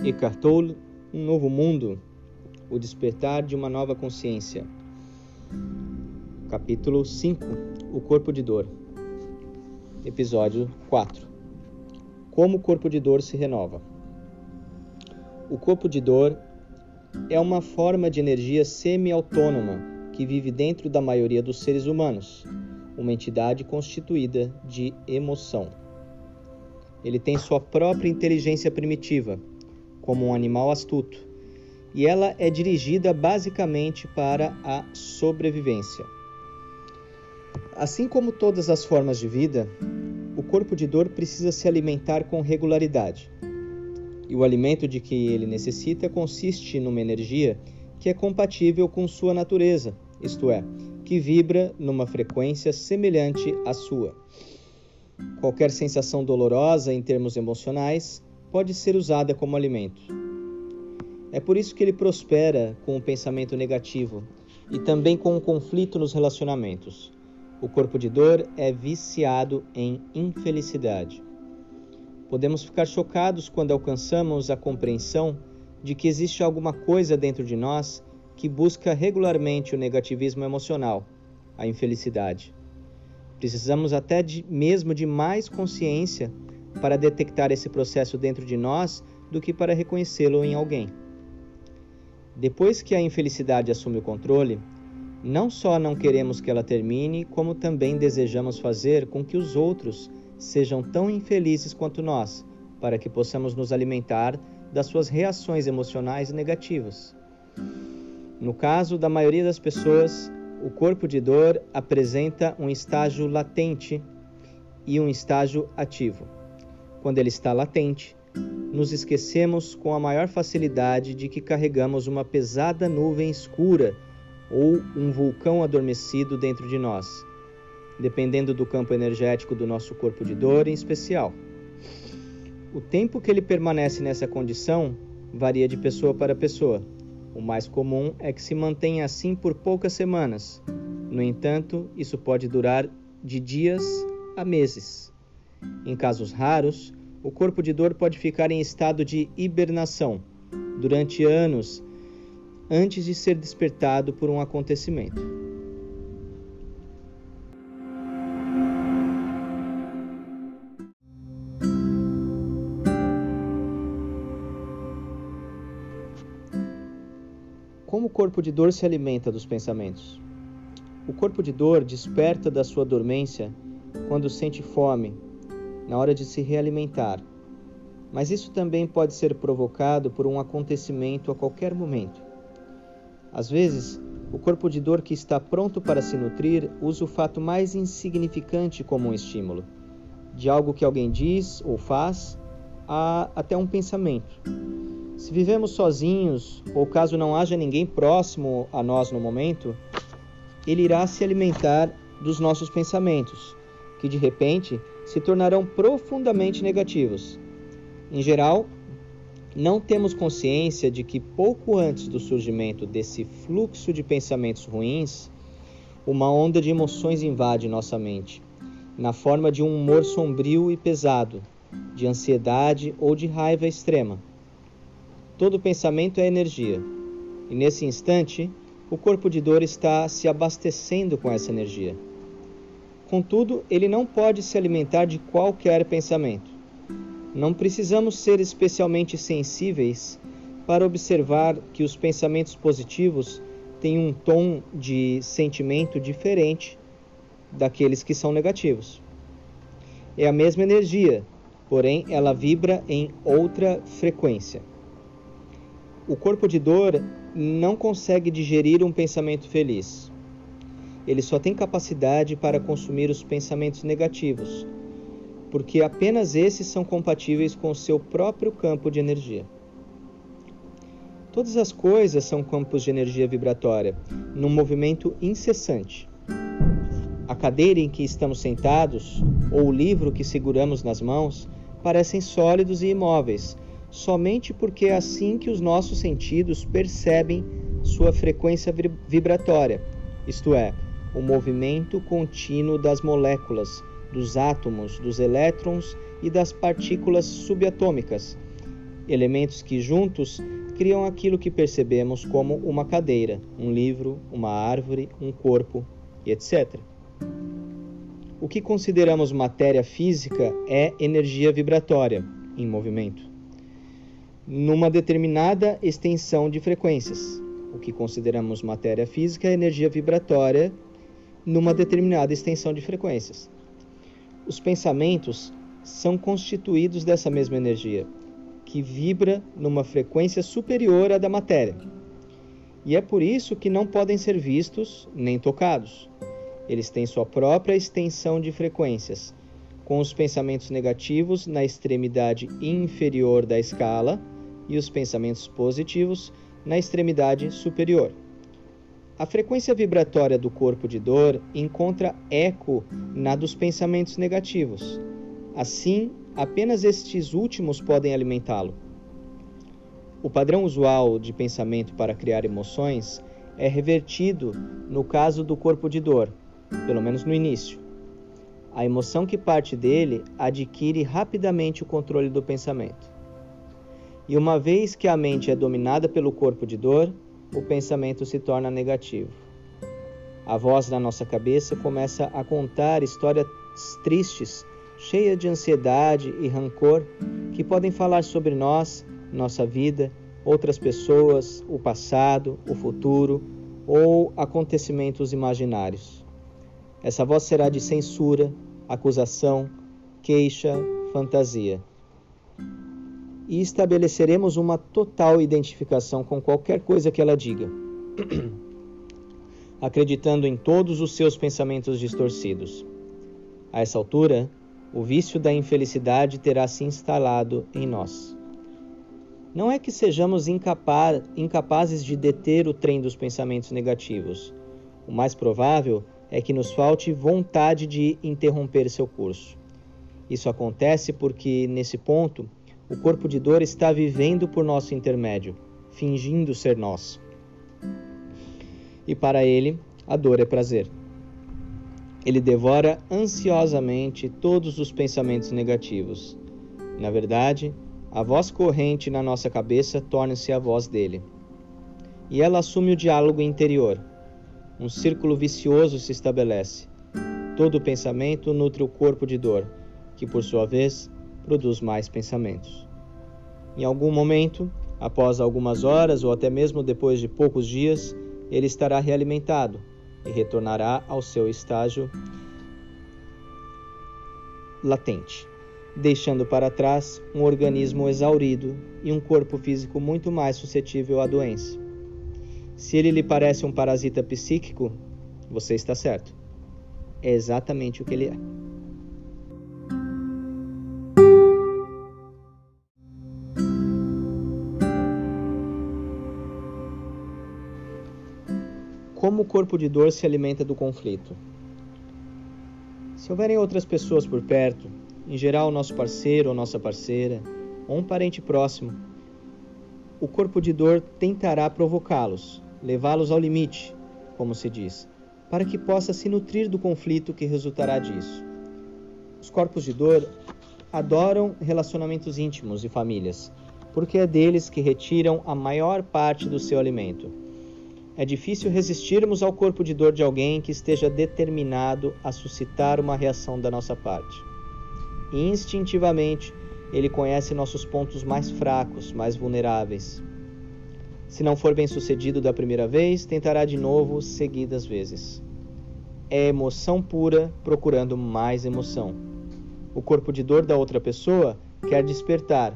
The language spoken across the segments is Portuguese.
Eckhart Tolle, Um Novo Mundo, o despertar de uma nova consciência. Capítulo 5, O Corpo de Dor. Episódio 4. Como o corpo de dor se renova. O corpo de dor é uma forma de energia semi-autônoma que vive dentro da maioria dos seres humanos, uma entidade constituída de emoção. Ele tem sua própria inteligência primitiva, como um animal astuto, e ela é dirigida basicamente para a sobrevivência. Assim como todas as formas de vida, o corpo de dor precisa se alimentar com regularidade. E o alimento de que ele necessita consiste numa energia que é compatível com sua natureza, isto é, que vibra numa frequência semelhante à sua. Qualquer sensação dolorosa em termos emocionais pode ser usada como alimento. É por isso que ele prospera com o pensamento negativo e também com o conflito nos relacionamentos. O corpo de dor é viciado em infelicidade. Podemos ficar chocados quando alcançamos a compreensão de que existe alguma coisa dentro de nós que busca regularmente o negativismo emocional, a infelicidade. Precisamos até mesmo de mais consciência para detectar esse processo dentro de nós do que para reconhecê-lo em alguém. Depois que a infelicidade assume o controle, não só não queremos que ela termine, como também desejamos fazer com que os outros sejam tão infelizes quanto nós, para que possamos nos alimentar das suas reações emocionais negativas. No caso da maioria das pessoas, o corpo de dor apresenta um estágio latente e um estágio ativo. Quando ele está latente, nos esquecemos com a maior facilidade de que carregamos uma pesada nuvem escura ou um vulcão adormecido dentro de nós, dependendo do campo energético do nosso corpo de dor em especial. O tempo que ele permanece nessa condição varia de pessoa para pessoa. O mais comum é que se mantenha assim por poucas semanas. No entanto, isso pode durar de dias a meses. Em casos raros, o corpo de dor pode ficar em estado de hibernação durante anos antes de ser despertado por um acontecimento. Como o corpo de dor se alimenta dos pensamentos? O corpo de dor desperta da sua dormência quando sente fome, na hora de se realimentar. Mas isso também pode ser provocado por um acontecimento a qualquer momento. Às vezes, o corpo de dor que está pronto para se nutrir usa o fato mais insignificante como um estímulo, de algo que alguém diz ou faz, até um pensamento. Se vivemos sozinhos, ou caso não haja ninguém próximo a nós no momento, ele irá se alimentar dos nossos pensamentos, que de repente se tornarão profundamente negativos. Em geral, não temos consciência de que pouco antes do surgimento desse fluxo de pensamentos ruins, uma onda de emoções invade nossa mente, na forma de um humor sombrio e pesado, de ansiedade ou de raiva extrema. Todo pensamento é energia, e nesse instante, o corpo de dor está se abastecendo com essa energia. Contudo, ele não pode se alimentar de qualquer pensamento. Não precisamos ser especialmente sensíveis para observar que os pensamentos positivos têm um tom de sentimento diferente daqueles que são negativos. É a mesma energia, porém ela vibra em outra frequência. O corpo de dor não consegue digerir um pensamento feliz. Ele só tem capacidade para consumir os pensamentos negativos, porque apenas esses são compatíveis com o seu próprio campo de energia. Todas as coisas são campos de energia vibratória, num movimento incessante. A cadeira em que estamos sentados, ou o livro que seguramos nas mãos, parecem sólidos e imóveis, somente porque é assim que os nossos sentidos percebem sua frequência vibratória, isto é, o movimento contínuo das moléculas, dos átomos, dos elétrons e das partículas subatômicas, elementos que juntos criam aquilo que percebemos como uma cadeira, um livro, uma árvore, um corpo, e etc. O que consideramos matéria física é energia vibratória em movimento, numa determinada extensão de frequências. O que consideramos matéria física é energia vibratória numa determinada extensão de frequências. Os pensamentos são constituídos dessa mesma energia, que vibra numa frequência superior à da matéria. E é por isso que não podem ser vistos nem tocados. Eles têm sua própria extensão de frequências, com os pensamentos negativos na extremidade inferior da escala e os pensamentos positivos na extremidade superior. A frequência vibratória do corpo de dor encontra eco na dos pensamentos negativos. Assim, apenas estes últimos podem alimentá-lo. O padrão usual de pensamento para criar emoções é revertido no caso do corpo de dor, pelo menos no início. A emoção que parte dele adquire rapidamente o controle do pensamento. E uma vez que a mente é dominada pelo corpo de dor, o pensamento se torna negativo. A voz na nossa cabeça começa a contar histórias tristes, cheias de ansiedade e rancor, que podem falar sobre nós, nossa vida, outras pessoas, o passado, o futuro ou acontecimentos imaginários. Essa voz será de censura, acusação, queixa, fantasia. E estabeleceremos uma total identificação com qualquer coisa que ela diga, acreditando em todos os seus pensamentos distorcidos. A essa altura, o vício da infelicidade terá se instalado em nós. Não é que sejamos incapazes de deter o trem dos pensamentos negativos. O mais provável é que nos falte vontade de interromper seu curso. Isso acontece porque, nesse ponto, o corpo de dor está vivendo por nosso intermédio, fingindo ser nós. E para ele, a dor é prazer. Ele devora ansiosamente todos os pensamentos negativos. Na verdade, a voz corrente na nossa cabeça torna-se a voz dele. E ela assume o diálogo interior. Um círculo vicioso se estabelece. Todo pensamento nutre o corpo de dor, que por sua vez produz mais pensamentos. Em algum momento, após algumas horas ou até mesmo depois de poucos dias, ele estará realimentado e retornará ao seu estágio latente, deixando para trás um organismo exaurido e um corpo físico muito mais suscetível à doença. Se ele lhe parece um parasita psíquico, você está certo. É exatamente o que ele é. Como o corpo de dor se alimenta do conflito? Se houverem outras pessoas por perto, em geral nosso parceiro ou nossa parceira, ou um parente próximo, o corpo de dor tentará provocá-los, levá-los ao limite, como se diz, para que possa se nutrir do conflito que resultará disso. Os corpos de dor adoram relacionamentos íntimos e famílias, porque é deles que retiram a maior parte do seu alimento. É difícil resistirmos ao corpo de dor de alguém que esteja determinado a suscitar uma reação da nossa parte. E instintivamente, ele conhece nossos pontos mais fracos, mais vulneráveis. Se não for bem sucedido da primeira vez, tentará de novo seguidas vezes. É emoção pura procurando mais emoção. O corpo de dor da outra pessoa quer despertar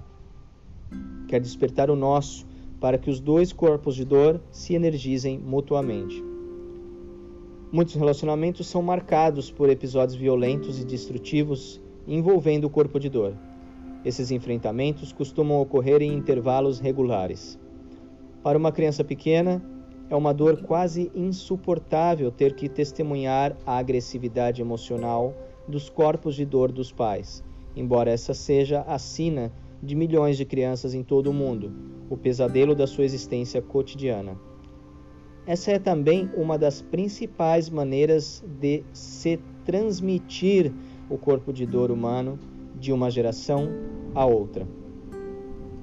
o nosso, para que os dois corpos de dor se energizem mutuamente. Muitos relacionamentos são marcados por episódios violentos e destrutivos envolvendo o corpo de dor. Esses enfrentamentos costumam ocorrer em intervalos regulares. Para uma criança pequena, é uma dor quase insuportável ter que testemunhar a agressividade emocional dos corpos de dor dos pais, embora essa seja a sina de milhões de crianças em todo o mundo, o pesadelo da sua existência cotidiana. Essa é também uma das principais maneiras de se transmitir o corpo de dor humano de uma geração a outra.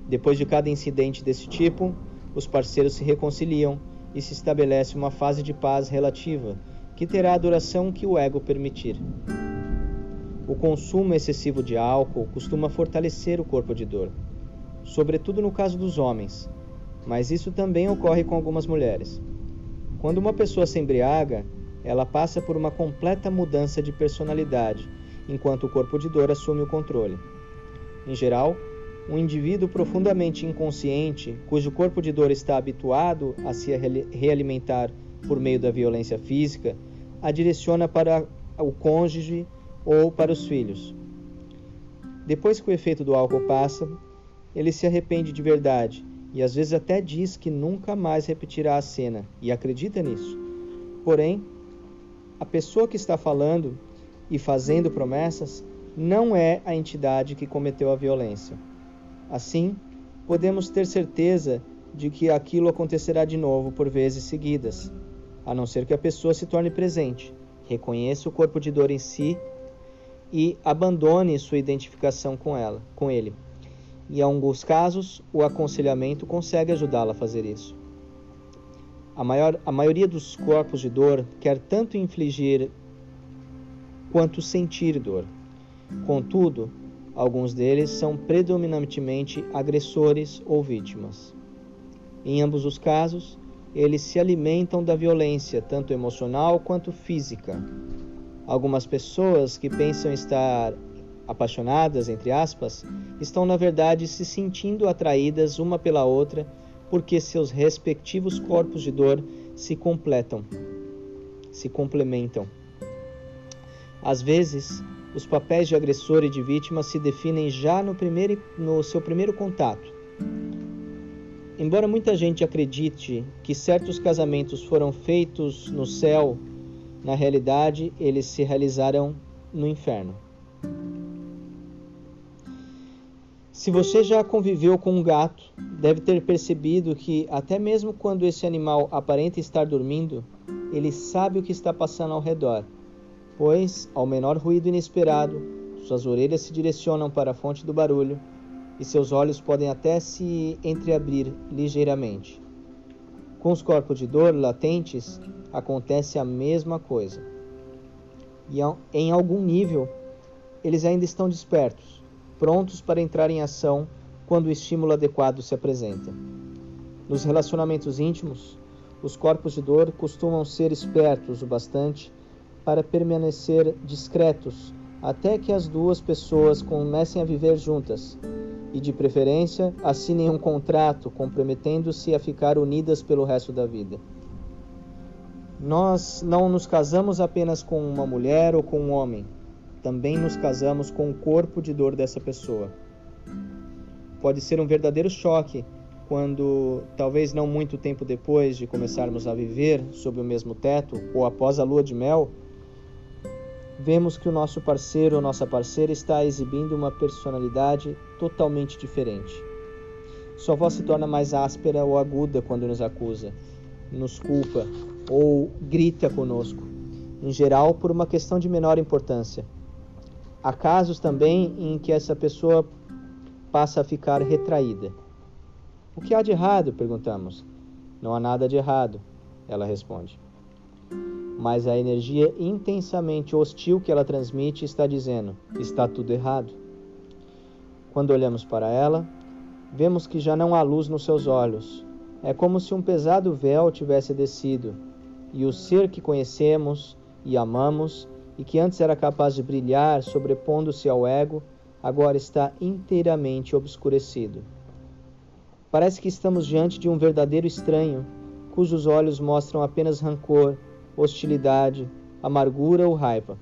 Depois de cada incidente desse tipo, os parceiros se reconciliam e se estabelece uma fase de paz relativa, que terá a duração que o ego permitir. O consumo excessivo de álcool costuma fortalecer o corpo de dor, sobretudo no caso dos homens, mas isso também ocorre com algumas mulheres. Quando uma pessoa se embriaga, ela passa por uma completa mudança de personalidade, enquanto o corpo de dor assume o controle. Em geral, um indivíduo profundamente inconsciente, cujo corpo de dor está habituado a se realimentar por meio da violência física, a direciona para o cônjuge ou para os filhos. Depois que o efeito do álcool passa, ele se arrepende de verdade e às vezes até diz que nunca mais repetirá a cena e acredita nisso. Porém, a pessoa que está falando e fazendo promessas não é a entidade que cometeu a violência. Assim, podemos ter certeza de que aquilo acontecerá de novo por vezes seguidas, a não ser que a pessoa se torne presente, reconheça o corpo de dor em si e abandone sua identificação com ele. E em alguns casos, o aconselhamento consegue ajudá-la a fazer isso. A maioria dos corpos de dor quer tanto infligir quanto sentir dor. Contudo, alguns deles são predominantemente agressores ou vítimas. Em ambos os casos, eles se alimentam da violência, tanto emocional quanto física. Algumas pessoas que pensam estar apaixonadas, entre aspas, estão na verdade se sentindo atraídas uma pela outra porque seus respectivos corpos de dor se complementam. Às vezes, os papéis de agressor e de vítima se definem já no seu primeiro contato. Embora muita gente acredite que certos casamentos foram feitos no céu, na realidade eles se realizaram no inferno. Se você já conviveu com um gato, deve ter percebido que até mesmo quando esse animal aparenta estar dormindo, ele sabe o que está passando ao redor, pois, ao menor ruído inesperado, suas orelhas se direcionam para a fonte do barulho e seus olhos podem até se entreabrir ligeiramente. Com os corpos de dor latentes, acontece a mesma coisa. E em algum nível, eles ainda estão despertos, prontos para entrar em ação quando o estímulo adequado se apresenta. Nos relacionamentos íntimos, os corpos de dor costumam ser espertos o bastante para permanecer discretos até que as duas pessoas comecem a viver juntas e, de preferência, assinem um contrato comprometendo-se a ficar unidas pelo resto da vida. Nós não nos casamos apenas com uma mulher ou com um homem, também nos casamos com o corpo de dor dessa pessoa. Pode ser um verdadeiro choque quando, talvez não muito tempo depois de começarmos a viver sob o mesmo teto ou após a lua de mel, vemos que o nosso parceiro ou nossa parceira está exibindo uma personalidade totalmente diferente. Sua voz se torna mais áspera ou aguda quando nos acusa, nos culpa ou grita conosco, em geral por uma questão de menor importância. Há casos também em que essa pessoa passa a ficar retraída. O que há de errado? Perguntamos. Não há nada de errado, ela responde. Mas a energia intensamente hostil que ela transmite está dizendo, está tudo errado. Quando olhamos para ela, vemos que já não há luz nos seus olhos. É como se um pesado véu tivesse descido, e o ser que conhecemos e amamos, e que antes era capaz de brilhar sobrepondo-se ao ego, agora está inteiramente obscurecido. Parece que estamos diante de um verdadeiro estranho, cujos olhos mostram apenas rancor, hostilidade, amargura ou raiva.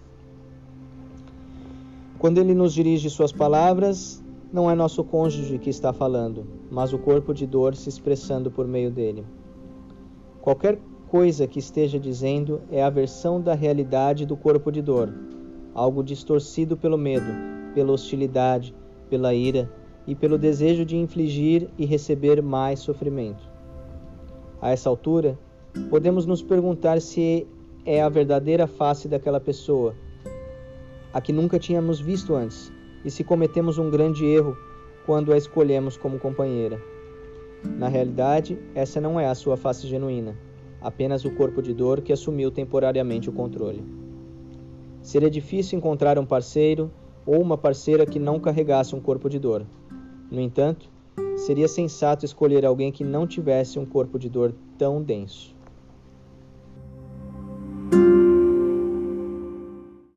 Quando ele nos dirige suas palavras, não é nosso cônjuge que está falando, mas o corpo de dor se expressando por meio dele. Qualquer coisa que esteja dizendo é a versão da realidade do corpo de dor, algo distorcido pelo medo, pela hostilidade, pela ira e pelo desejo de infligir e receber mais sofrimento. A essa altura, podemos nos perguntar se é a verdadeira face daquela pessoa, a que nunca tínhamos visto antes, e se cometemos um grande erro quando a escolhemos como companheira. Na realidade, essa não é a sua face genuína, apenas o corpo de dor que assumiu temporariamente o controle. Seria difícil encontrar um parceiro ou uma parceira que não carregasse um corpo de dor. No entanto, seria sensato escolher alguém que não tivesse um corpo de dor tão denso.